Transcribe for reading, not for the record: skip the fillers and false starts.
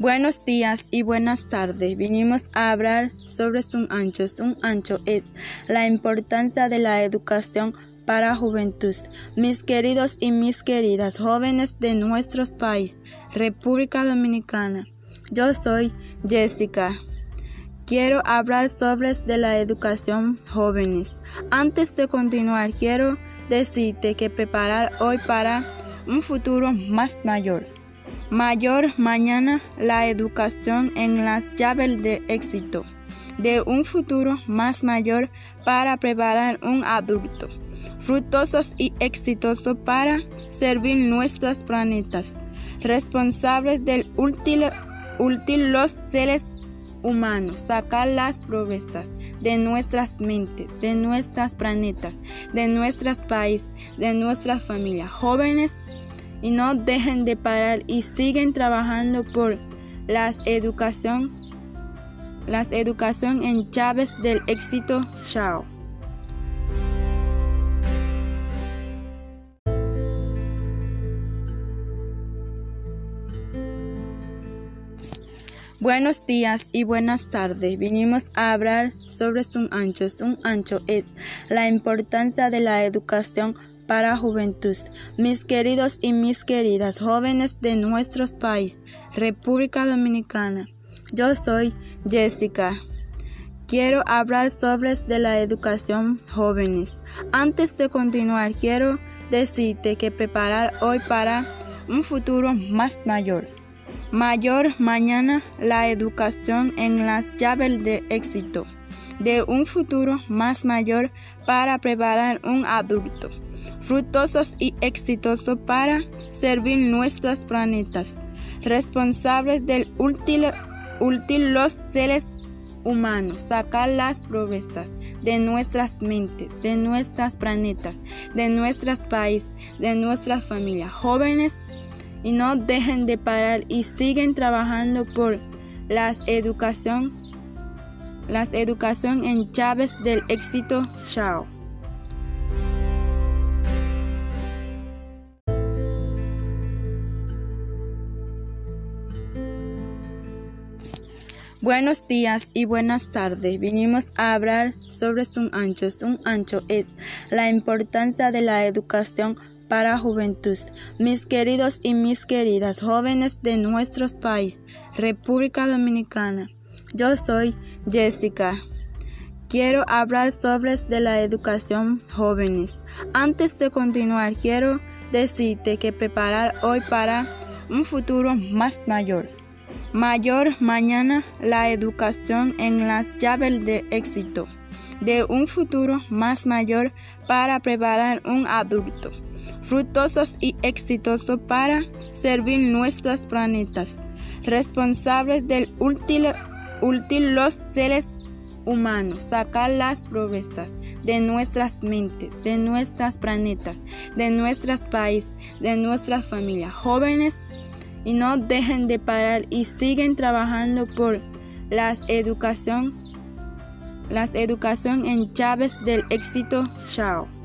Buenos días y buenas tardes. Vinimos a hablar sobre un ancho. Un ancho es la importancia de la educación para la juventud. Mis queridos y mis queridas jóvenes de nuestro país, República Dominicana. Yo soy Jessica. Quiero hablar sobre la educación jóvenes. Antes de continuar, quiero decirte que preparar hoy para un futuro más mayor. Mañana la educación en las llaves del éxito de un futuro más mayor para preparar un adulto fructuosos y exitoso para servir nuestros planetas, responsables del útil los seres humanos, sacar las progresas de nuestras mentes, de nuestros planetas, de nuestros países, de nuestras familias, jóvenes, y no dejen de parar y siguen trabajando por la educación en llaves del éxito. Chao. Buenos días y buenas tardes. Vinimos a hablar sobre un ancho. Un ancho es la importancia de la educación para la juventud. Mis queridos y mis queridas jóvenes de nuestro país, República Dominicana. Yo soy Jessica. Quiero hablar sobre la educación jóvenes. Antes de continuar, quiero decirte que preparar hoy para un futuro más mayor. Mañana la educación en las llaves del éxito de un futuro más mayor para preparar un adulto fructuosos y exitoso para servir nuestros planetas, responsables del útil los seres humanos, sacar las progresas de nuestras mentes, de nuestros planetas, de nuestros países, de nuestras familias, jóvenes, y no dejen de parar y siguen trabajando por la educación en llaves del éxito. Chao. Buenos días y buenas tardes. Vinimos a hablar sobre un ancho. Un ancho es la importancia de la educación para la juventud. Mis queridos y mis queridas jóvenes de nuestro país, República Dominicana. Yo soy Jessica. Quiero hablar sobre la educación jóvenes. Antes de continuar, quiero decirte que preparar hoy para un futuro más mayor. Mañana la educación en las llaves del éxito de un futuro más mayor para preparar un adulto fructuosos y exitoso para servir nuestros planetas, responsables del útil los seres humanos, sacar las progresas de nuestras mentes, de nuestros planetas, de nuestros países, de nuestras familias, jóvenes, y no dejen de parar y siguen trabajando por la educación en llaves del éxito. Chao.